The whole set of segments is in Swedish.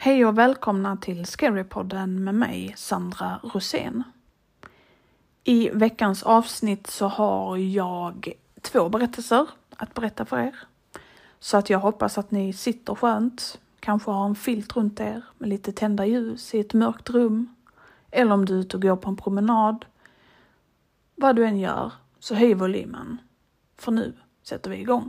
Hej och välkomna till Scarypodden med mig, Sandra Rosén. I veckans avsnitt så har jag 2 berättelser att berätta för er. Så att jag hoppas att ni sitter skönt, kanske har en filt runt er med lite tända ljus i ett mörkt rum. Eller om du är ute och går på en promenad. Vad du än gör, så höj volymen. För nu sätter vi igång.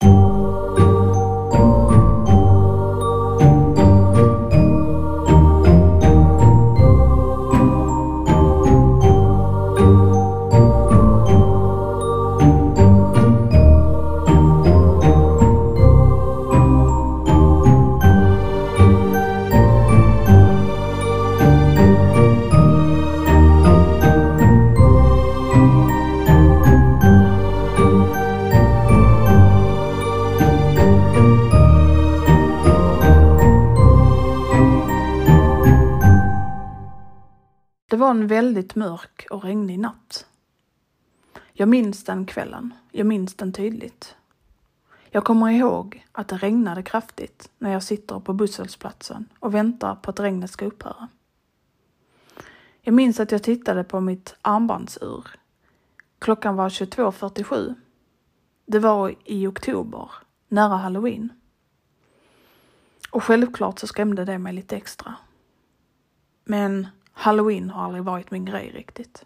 Det var en väldigt mörk och regnig natt. Jag minns den kvällen. Jag minns den tydligt. Jag kommer ihåg att det regnade kraftigt när jag sitter på busshållplatsen och väntar på att regnet ska upphöra. Jag minns att jag tittade på mitt armbandsur. Klockan var 22:47. Det var i oktober, nära Halloween. Och självklart så skrämde det mig lite extra. Men Halloween har aldrig varit min grej riktigt.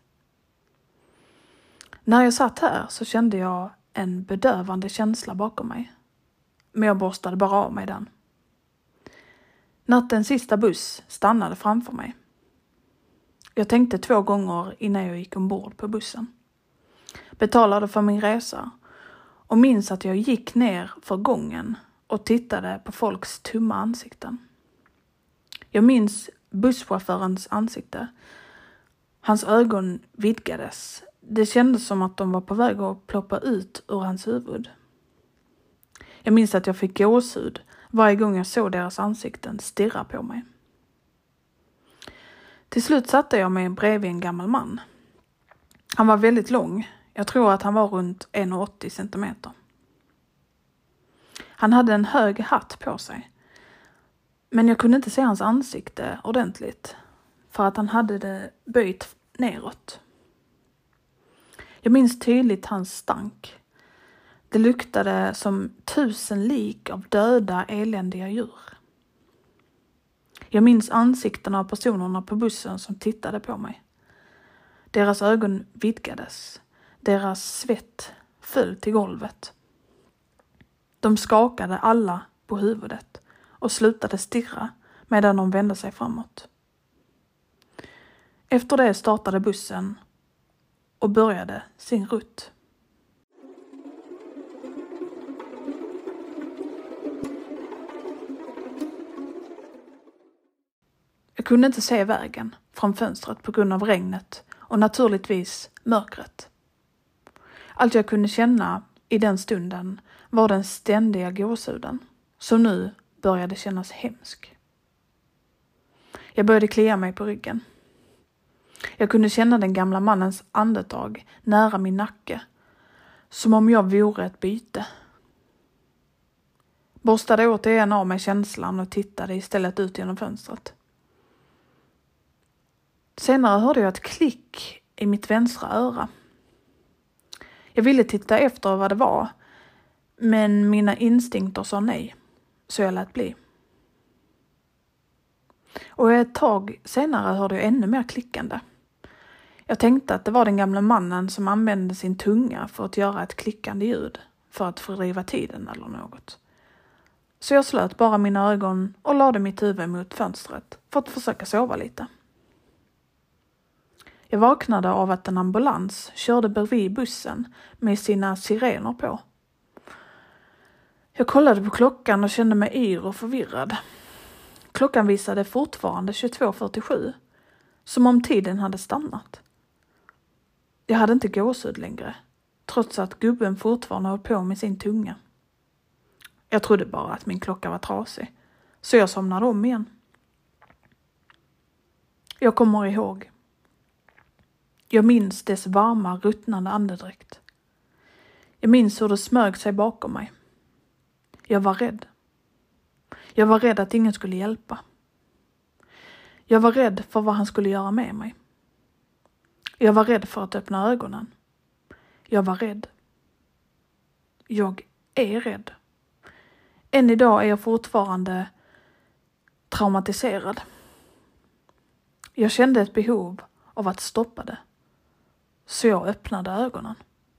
När jag satt här så kände jag en bedövande känsla bakom mig. Men jag borstade bara av mig den. Nattens sista buss stannade framför mig. Jag tänkte 2 gånger innan jag gick ombord på bussen. Betalade för min resa och minns att jag gick ner för gången och tittade på folks tumma ansikten. Jag minns busschaufförens ansikte. Hans ögon vidgades. Det kändes som att de var på väg att ploppa ut ur hans huvud. Jag minns att jag fick gåshud varje gång jag såg deras ansikten stirra på mig. Till slut satte jag mig bredvid en gammal man. Han var väldigt lång. Jag tror att han var runt 1,80 centimeter. Han hade en hög hatt på sig. Men jag kunde inte se hans ansikte ordentligt för att han hade det böjt neråt. Jag minns tydligt hans stank. Det luktade som 1000 lik av döda, eländiga djur. Jag minns ansiktena av personerna på bussen som tittade på mig. Deras ögon vidgades. Deras svett föll till golvet. De skakade alla på huvudet och slutade stirra medan de vände sig framåt. Efter det startade bussen och började sin rutt. Jag kunde inte se vägen från fönstret på grund av regnet och naturligtvis mörkret. Allt jag kunde känna i den stunden var den ständiga gåshuden som nu började kännas hemsk. Jag började klia mig på ryggen. Jag kunde känna den gamla mannens andetag nära min nacke, som om jag vore ett byte. Borstade återigen av mig känslan och tittade istället ut genom fönstret. Senare hörde jag ett klick i mitt vänstra öra. Jag ville titta efter vad det var, men mina instinkter sa nej, så jag lät bli. Och ett tag senare hörde jag ännu mer klickande. Jag tänkte att det var den gamla mannen som använde sin tunga för att göra ett klickande ljud för att fördriva tiden eller något. Så jag slöt bara mina ögon och lade mitt huvud mot fönstret för att försöka sova lite. Jag vaknade av att en ambulans körde bredvid bussen med sina sirener på. Jag kollade på klockan och kände mig yr och förvirrad. Klockan visade fortfarande 22:47, som om tiden hade stannat. Jag hade inte gåshud längre, trots att gubben fortfarande höll på med sin tunga. Jag trodde bara att min klocka var trasig, så jag somnade om igen. Jag kommer ihåg. Jag minns dess varma, ruttnande andedräkt. Jag minns hur det smög sig bakom mig. Jag var rädd. Jag var rädd att ingen skulle hjälpa. Jag var rädd för vad han skulle göra med mig. Jag var rädd för att öppna ögonen. Jag var rädd. Jag är rädd. Än idag är jag fortfarande traumatiserad. Jag kände ett behov av att stoppa det. Så jag öppnade ögonen.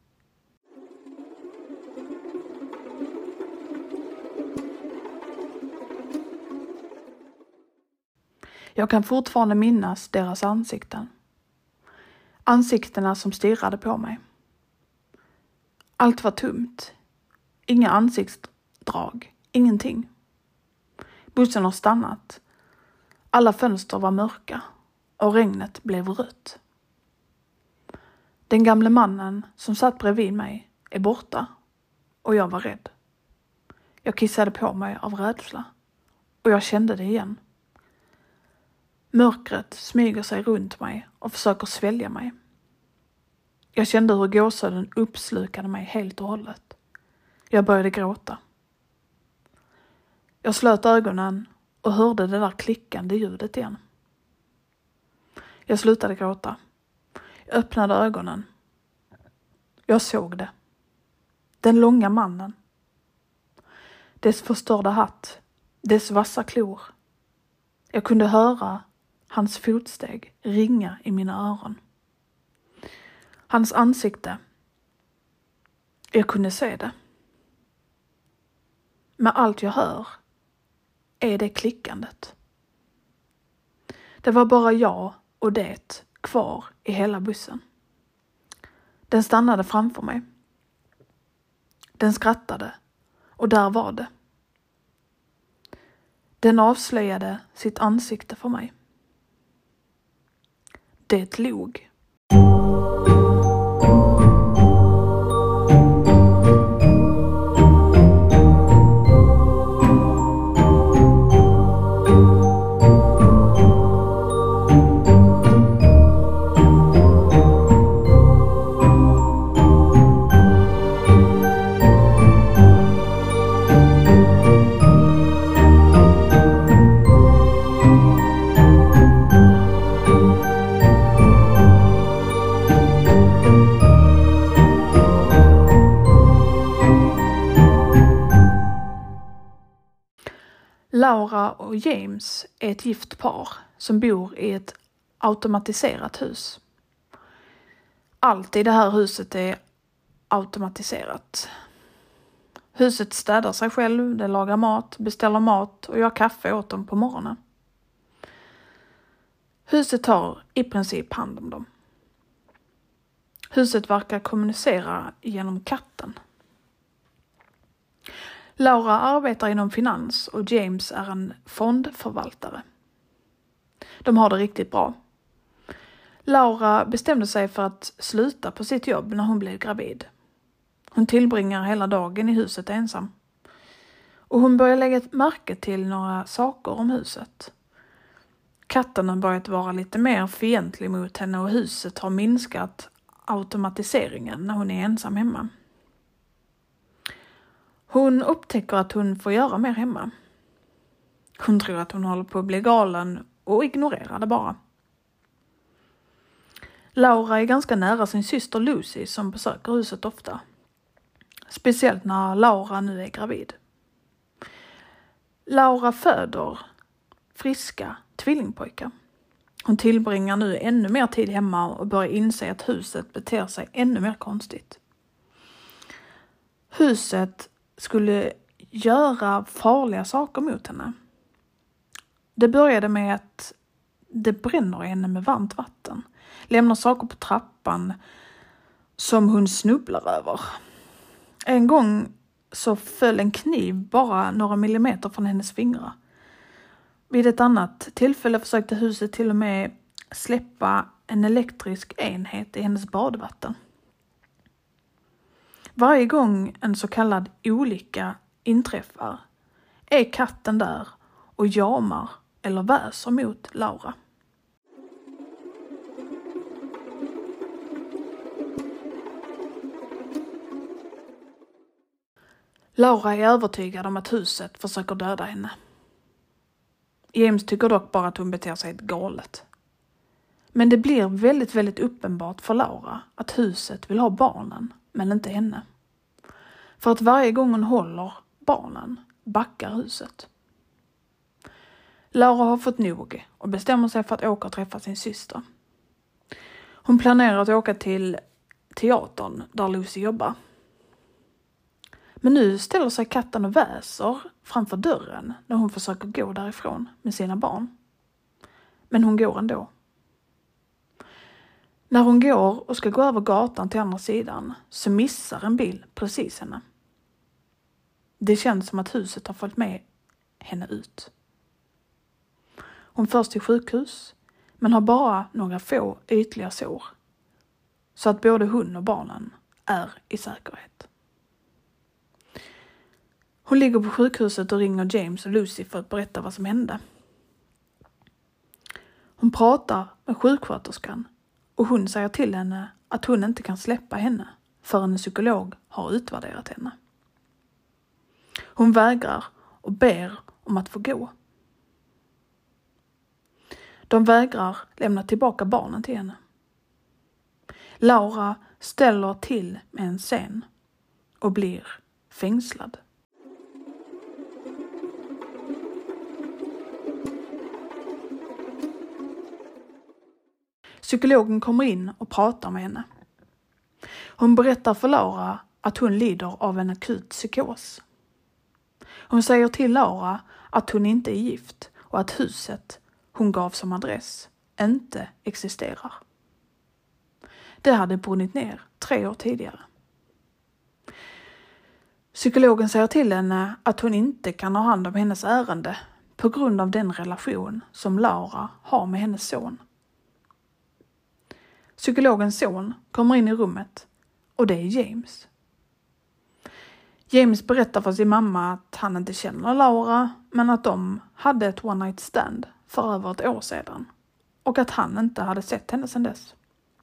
Jag kan fortfarande minnas deras ansikten. Ansiktena som stirrade på mig. Allt var tomt. Inga ansiktsdrag. Ingenting. Bussen har stannat. Alla fönster var mörka och regnet blev rött. Den gamle mannen som satt bredvid mig är borta och jag var rädd. Jag kissade på mig av rädsla och jag kände det igen. Mörkret smyger sig runt mig och försöker svälja mig. Jag kände hur gåshuden uppslukade mig helt och hållet. Jag började gråta. Jag slöt ögonen och hörde det där klickande ljudet igen. Jag slutade gråta. Jag öppnade ögonen. Jag såg det. Den långa mannen. Dess förstörda hatt. Dess vassa klor. Jag kunde höra hans fotsteg ringa i mina öron. Hans ansikte. Jag kunde se det. Med allt jag hör är det klickandet. Det var bara jag och det kvar i hela bussen. Den stannade framför mig. Den skrattade och där var det. Den avslöjade sitt ansikte för mig. Det log. Laura och James är ett gift par som bor i ett automatiserat hus. Allt i det här huset är automatiserat. Huset städar sig själv, det lagar mat, beställer mat och gör kaffe åt dem på morgonen. Huset tar i princip hand om dem. Huset verkar kommunicera genom katten. Laura arbetar inom finans och James är en fondförvaltare. De har det riktigt bra. Laura bestämde sig för att sluta på sitt jobb när hon blev gravid. Hon tillbringar hela dagen i huset ensam. Och hon börjar lägga märke till några saker om huset. Katten har börjat vara lite mer fientlig mot henne och huset har minskat automatiseringen när hon är ensam hemma. Hon upptäcker att hon får göra mer hemma. Hon tror att hon håller på att bli galen och ignorerar det bara. Laura är ganska nära sin syster Lucy som besöker huset ofta. Speciellt när Laura nu är gravid. Laura föder friska tvillingpojkar. Hon tillbringar nu ännu mer tid hemma och börjar inse att huset beter sig ännu mer konstigt. Huset skulle göra farliga saker mot henne. Det började med att det bränner henne med varmt vatten. Lämnar saker på trappan som hon snubblar över. En gång så föll en kniv bara några millimeter från hennes fingrar. Vid ett annat tillfälle försökte huset till och med släppa en elektrisk enhet i hennes badvatten. Varje gång en så kallad olycka inträffar är katten där och jamar eller väser mot Laura. Laura är övertygad om att huset försöker döda henne. James tycker dock bara att hon beter sig ett galet. Men det blir väldigt, väldigt uppenbart för Laura att huset vill ha barnen, men inte henne. För att varje gång hon håller barnen backar huset. Laura har fått nog och bestämmer sig för att åka och träffa sin syster. Hon planerar att åka till teatern där Lucy jobbar. Men nu ställer sig katten och väser framför dörren när hon försöker gå därifrån med sina barn. Men hon går ändå. När hon går och ska gå över gatan till andra sidan så missar en bil precis henne. Det känns som att huset har följt med henne ut. Hon förs till sjukhus men har bara några få ytliga sår. Så att både hon och barnen är i säkerhet. Hon ligger på sjukhuset och ringer James och Lucy för att berätta vad som hände. Hon pratar med sjuksköterskan och hon säger till henne att hon inte kan släppa henne förrän en psykolog har utvärderat henne. Hon vägrar och ber om att få gå. De vägrar lämna tillbaka barnen till henne. Laura ställer till med en scen och blir fängslad. Psykologen kommer in och pratar med henne. Hon berättar för Laura att hon lider av en akut psykos. Hon säger till Laura att hon inte är gift och att huset hon gav som adress inte existerar. Det hade brunnit ner 3 år tidigare. Psykologen säger till henne att hon inte kan ha hand om hennes ärende på grund av den relation som Laura har med hennes son. Psykologens son kommer in i rummet och det är James. James berättar för sin mamma att han inte känner Laura men att de hade ett one night stand för över 1 år sedan och att han inte hade sett henne sedan dess.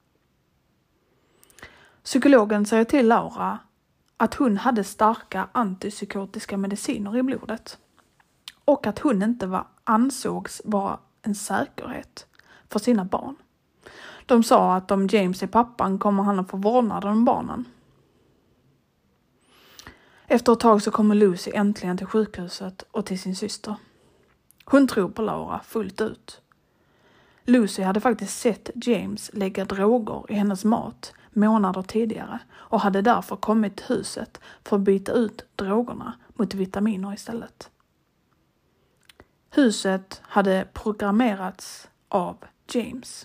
Psykologen säger till Laura att hon hade starka antipsykotiska mediciner i blodet och att hon inte ansågs vara en säkerhet för sina barn. De sa att om James är pappan kommer han att få vårdnaden om barnen. Efter ett tag så kommer Lucy äntligen till sjukhuset och till sin syster. Hon tror på Laura fullt ut. Lucy hade faktiskt sett James lägga droger i hennes mat månader tidigare och hade därför kommit till huset för att byta ut drogerna mot vitaminer istället. Huset hade programmerats av James.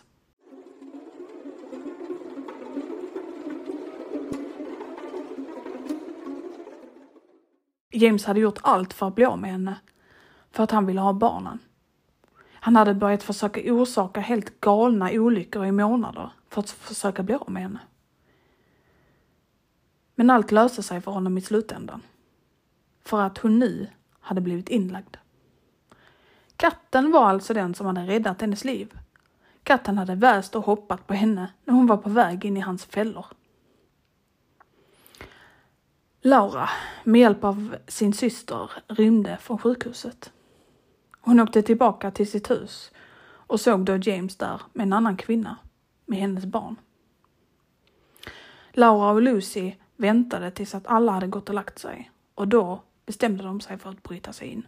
James hade gjort allt för att bli av med henne, för att han ville ha barnen. Han hade börjat försöka orsaka helt galna olyckor i månader för att försöka bli av med henne. Men allt löste sig för honom i slutändan. För att hon nu hade blivit inlagd. Katten var alltså den som hade räddat hennes liv. Katten hade väst och hoppat på henne när hon var på väg in i hans fällor. Laura, med hjälp av sin syster, rymde från sjukhuset. Hon åkte tillbaka till sitt hus och såg då James där med en annan kvinna, med hennes barn. Laura och Lucy väntade tills att alla hade gått och lagt sig och då bestämde de sig för att bryta sig in.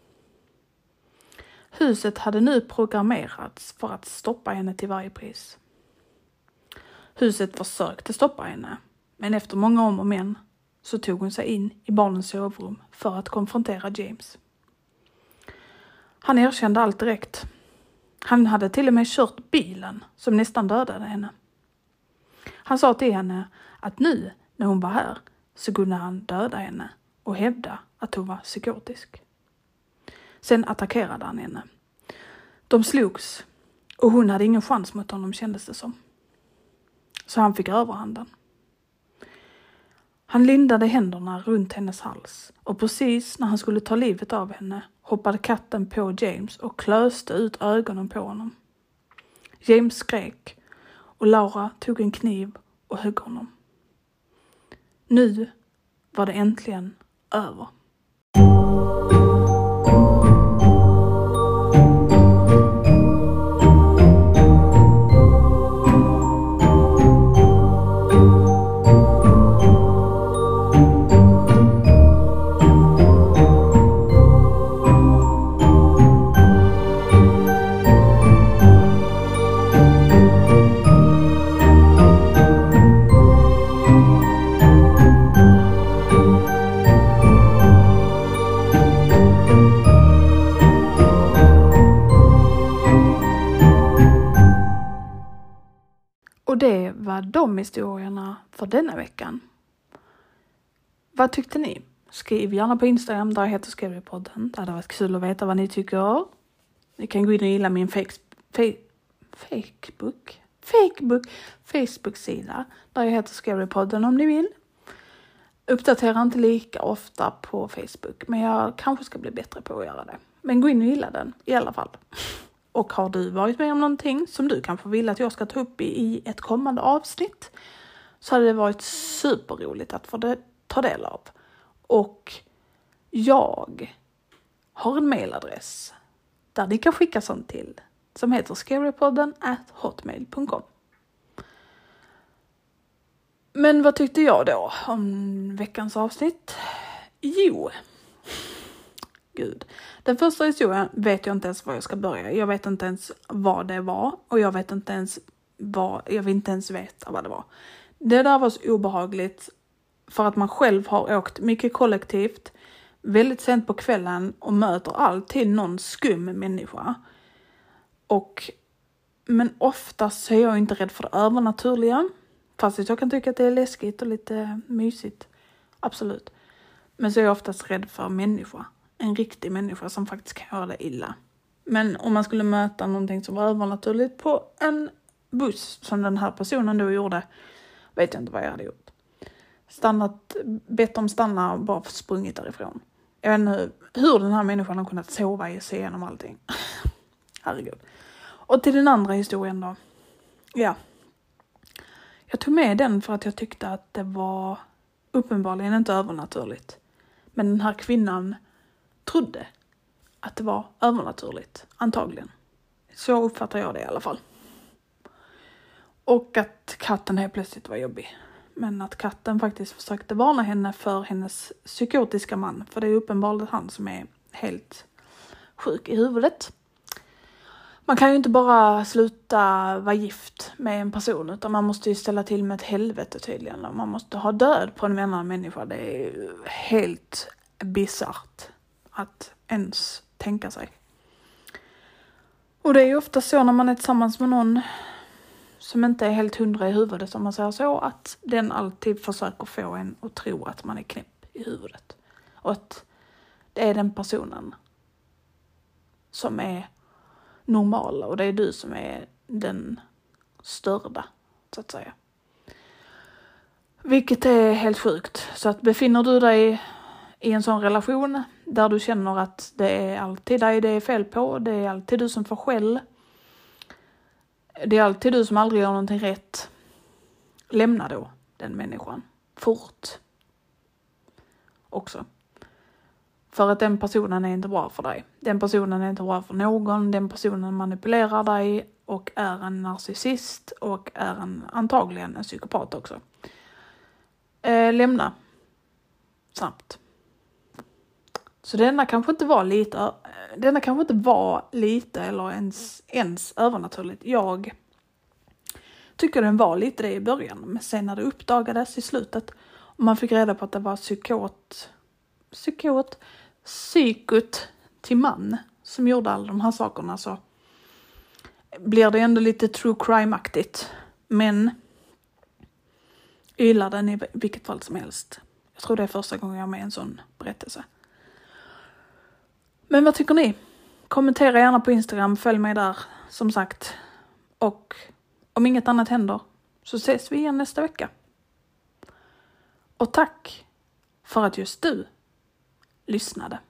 Huset hade nu programmerats för att stoppa henne till varje pris. Huset försökte stoppa henne, men efter många om och men så tog hon sig in i barnens sovrum för att konfrontera James. Han erkände allt direkt. Han hade till och med kört bilen som nästan dödade henne. Han sa till henne att nu när hon var här så kunde han döda henne och hävda att hon var psykotisk. Sen attackerade han henne. De slogs och hon hade ingen chans mot honom, kändes det som. Så han fick överhanden. Han lindade händerna runt hennes hals och precis när han skulle ta livet av henne hoppade katten på James och klöste ut ögonen på honom. James skrek och Laura tog en kniv och högg honom. Nu var det äntligen över. Och det var de historierna för denna veckan. Vad tyckte ni? Skriv gärna på Instagram, där jag heter Scary-podden. Det hade varit kul att veta vad ni tycker. Ni kan gå in och gilla min Facebook-sida, där jag heter Scary-podden om ni vill. Uppdaterar inte lika ofta på Facebook, men jag kanske ska bli bättre på att göra det. Men gå in och gilla den i alla fall. Och har du varit med om någonting som du kanske vill att jag ska ta upp i ett kommande avsnitt, så hade det varit superroligt att få ta del av. Och jag har en mailadress där ni kan skicka sånt till, som heter scarypodden@hotmail.com. Men vad tyckte jag då om veckans avsnitt? Jo, gud. Den första historien vet jag inte ens var jag ska börja. Jag vet inte ens vad det var. Och jag vill inte ens veta vad det var. Det där var så obehagligt. För att man själv har åkt mycket kollektivt. Väldigt sent på kvällen. Och möter alltid någon skum människa. Men oftast så är jag inte rädd för det övernaturliga. Fast jag kan tycka att det är läskigt och lite mysigt. Absolut. Men så är jag oftast rädd för människa. En riktig människa som faktiskt kan göra det illa. Men om man skulle möta någonting som var övernaturligt på en buss, som den här personen då gjorde, vet jag inte vad jag hade gjort. Bett dem stanna och bara sprungit därifrån. Jag vet inte hur den här människan har kunnat sova i sig genom allting. Herregud. Och till den andra historien då. Ja. Jag tog med den för att jag tyckte att det var uppenbarligen inte övernaturligt. Men den här kvinnan trodde att det var övernaturligt, antagligen. Så uppfattar jag det i alla fall. Och att katten helt plötsligt var jobbig. Men att katten faktiskt försökte varna henne för hennes psykotiska man. För det är uppenbarligen han som är helt sjuk i huvudet. Man kan ju inte bara sluta vara gift med en person, utan man måste ju ställa till med ett helvete tydligen. Man måste ha död på en annan människa. Det är helt bisarrt att ens tänka sig. Och det är ju ofta så när man är tillsammans med någon som inte är helt 100 i huvudet, som man säger så, att den alltid försöker få en att tro att man är knäpp i huvudet. Och att det är den personen som är normal och det är du som är den störda, så att säga. Vilket är helt sjukt. Så att befinner du dig i en sån relation där du känner att det är alltid dig det är fel på, det är alltid du som får skäll, det är alltid du som aldrig gör någonting rätt, lämna då den människan fort också. För att den personen är inte bra för dig. Den personen är inte bra för någon. Den personen manipulerar dig och är en narcissist och är antagligen en psykopat också. Lämna snabbt. Så denna kanske inte var lite eller ens övernaturligt. Jag tycker den var lite det i början. Men sen när det uppdagades i slutet och man fick reda på att det var psykot till man som gjorde alla de här sakerna, så blir det ändå lite true crime-aktigt. Men jag gillar den i vilket fall som helst. Jag tror det är första gången jag är med i en sån berättelse. Men vad tycker ni? Kommentera gärna på Instagram, följ mig där som sagt. Och om inget annat händer så ses vi igen nästa vecka. Och tack för att just du lyssnade.